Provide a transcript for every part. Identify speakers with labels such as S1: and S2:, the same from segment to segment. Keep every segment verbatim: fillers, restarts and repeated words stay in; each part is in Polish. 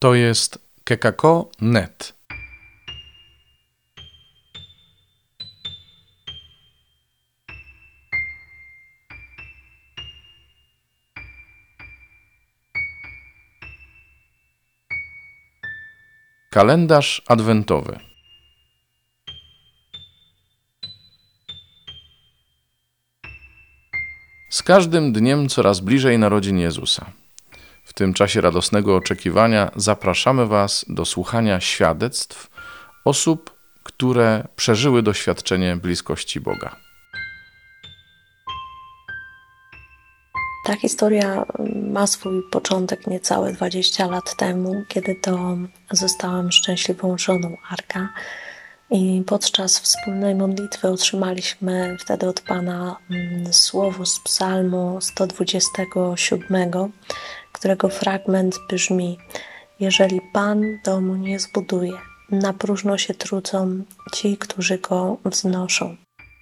S1: To jest kekako kropka net. Kalendarz adwentowy. Z każdym dniem coraz bliżej narodzin Jezusa. W tym czasie radosnego oczekiwania zapraszamy Was do słuchania świadectw osób, które przeżyły doświadczenie bliskości Boga.
S2: Ta historia ma swój początek niecałe dwadzieścia lat temu, kiedy to zostałam szczęśliwą żoną Arka i podczas wspólnej modlitwy otrzymaliśmy wtedy od Pana słowo z psalmu sto dwudziestego siódmego, którego fragment brzmi: jeżeli Pan domu nie zbuduje, na próżno się trudzą ci, którzy go wznoszą.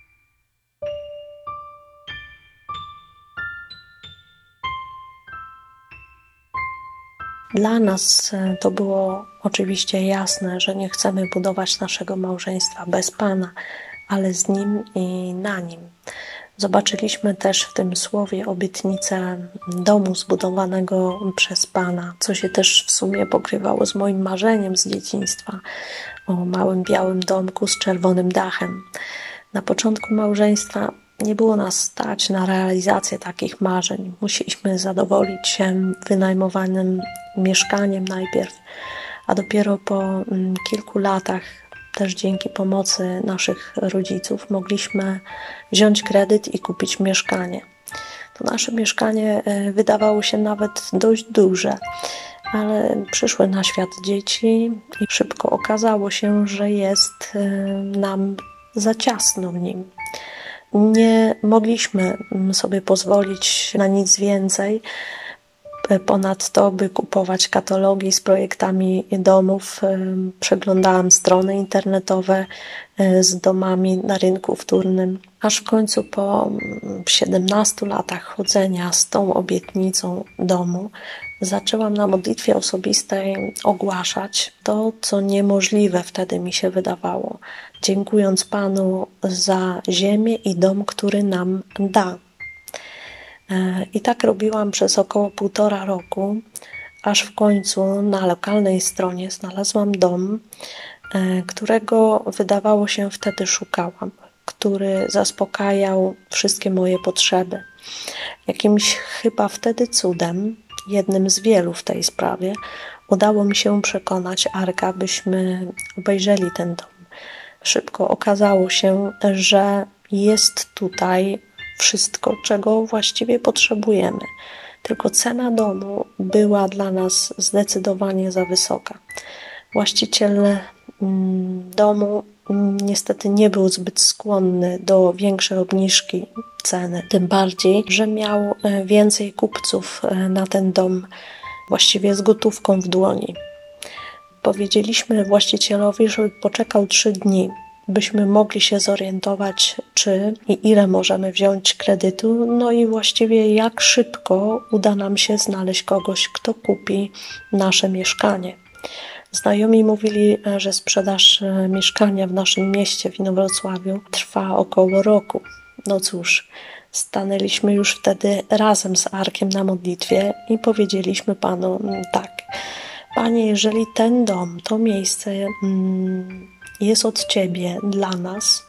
S2: Dla nas to było oczywiście jasne, że nie chcemy budować naszego małżeństwa bez Pana, ale z Nim i na Nim. Zobaczyliśmy też w tym słowie obietnicę domu zbudowanego przez Pana, co się też w sumie pokrywało z moim marzeniem z dzieciństwa o małym białym domku z czerwonym dachem. Na początku małżeństwa nie było nas stać na realizację takich marzeń. Musieliśmy zadowolić się wynajmowanym mieszkaniem najpierw, a dopiero po kilku latach, też dzięki pomocy naszych rodziców, mogliśmy wziąć kredyt i kupić mieszkanie. To nasze mieszkanie wydawało się nawet dość duże, ale przyszły na świat dzieci i szybko okazało się, że jest nam za ciasno w nim. Nie mogliśmy sobie pozwolić na nic więcej ponad to, by kupować katalogi z projektami domów. Przeglądałam strony internetowe z domami na rynku wtórnym, aż w końcu po siedemnastu latach chodzenia z tą obietnicą domu zaczęłam na modlitwie osobistej ogłaszać to, co niemożliwe wtedy mi się wydawało, dziękując Panu za ziemię i dom, który nam da. I tak robiłam przez około półtora roku, aż w końcu na lokalnej stronie znalazłam dom, którego wydawało się wtedy szukałam, który zaspokajał wszystkie moje potrzeby. Jakimś chyba wtedy cudem, jednym z wielu w tej sprawie, udało mi się przekonać Arka, byśmy obejrzeli ten dom. Szybko okazało się, że jest tutaj wszystko, czego właściwie potrzebujemy. Tylko cena domu była dla nas zdecydowanie za wysoka. Właściciel domu niestety nie był zbyt skłonny do większej obniżki ceny. Tym bardziej, że miał więcej kupców na ten dom, właściwie z gotówką w dłoni. Powiedzieliśmy właścicielowi, żeby poczekał trzy dni, byśmy mogli się zorientować, czy i ile możemy wziąć kredytu, no i właściwie jak szybko uda nam się znaleźć kogoś, kto kupi nasze mieszkanie. Znajomi mówili, że sprzedaż mieszkania w naszym mieście, w Inowrocławiu, trwa około roku. No cóż, stanęliśmy już wtedy razem z Arkiem na modlitwie i powiedzieliśmy Panu tak: Panie, jeżeli ten dom, to miejsce mm, jest od Ciebie dla nas,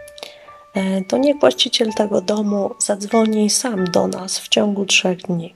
S2: to niech właściciel tego domu zadzwoni sam do nas w ciągu trzech dni.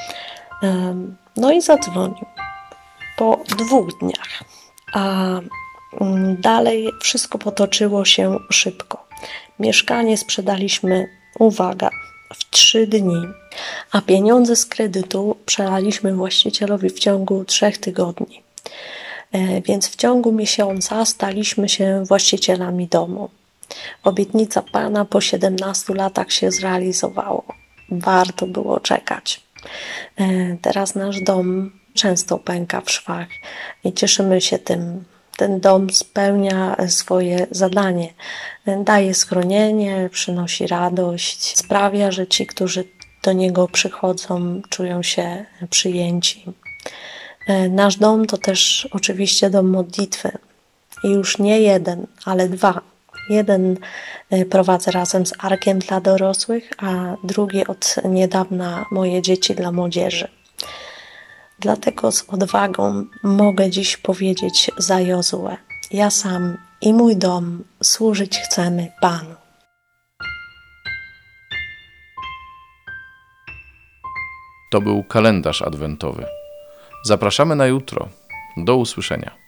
S2: No i zadzwonił po dwóch dniach, a dalej wszystko potoczyło się szybko. Mieszkanie sprzedaliśmy, uwaga, w trzy dni, a pieniądze z kredytu przelaliśmy właścicielowi w ciągu trzech tygodni. Więc w ciągu miesiąca staliśmy się właścicielami domu. Obietnica Pana po siedemnastu latach się zrealizowała. Warto było czekać. Teraz nasz dom często pęka w szwach i cieszymy się tym. Ten dom spełnia swoje zadanie. Daje schronienie, przynosi radość, sprawia, że ci, którzy do niego przychodzą, czują się przyjęci. E, Nasz dom to też oczywiście dom modlitwy. I już nie jeden, ale dwa. Jeden e, prowadzę razem z Arkiem dla dorosłych, a drugi od niedawna moje dzieci dla młodzieży. Dlatego z odwagą mogę dziś powiedzieć za Jozuę: ja sam i mój dom służyć chcemy Panu.
S1: To był kalendarz adwentowy. Zapraszamy na jutro. Do usłyszenia.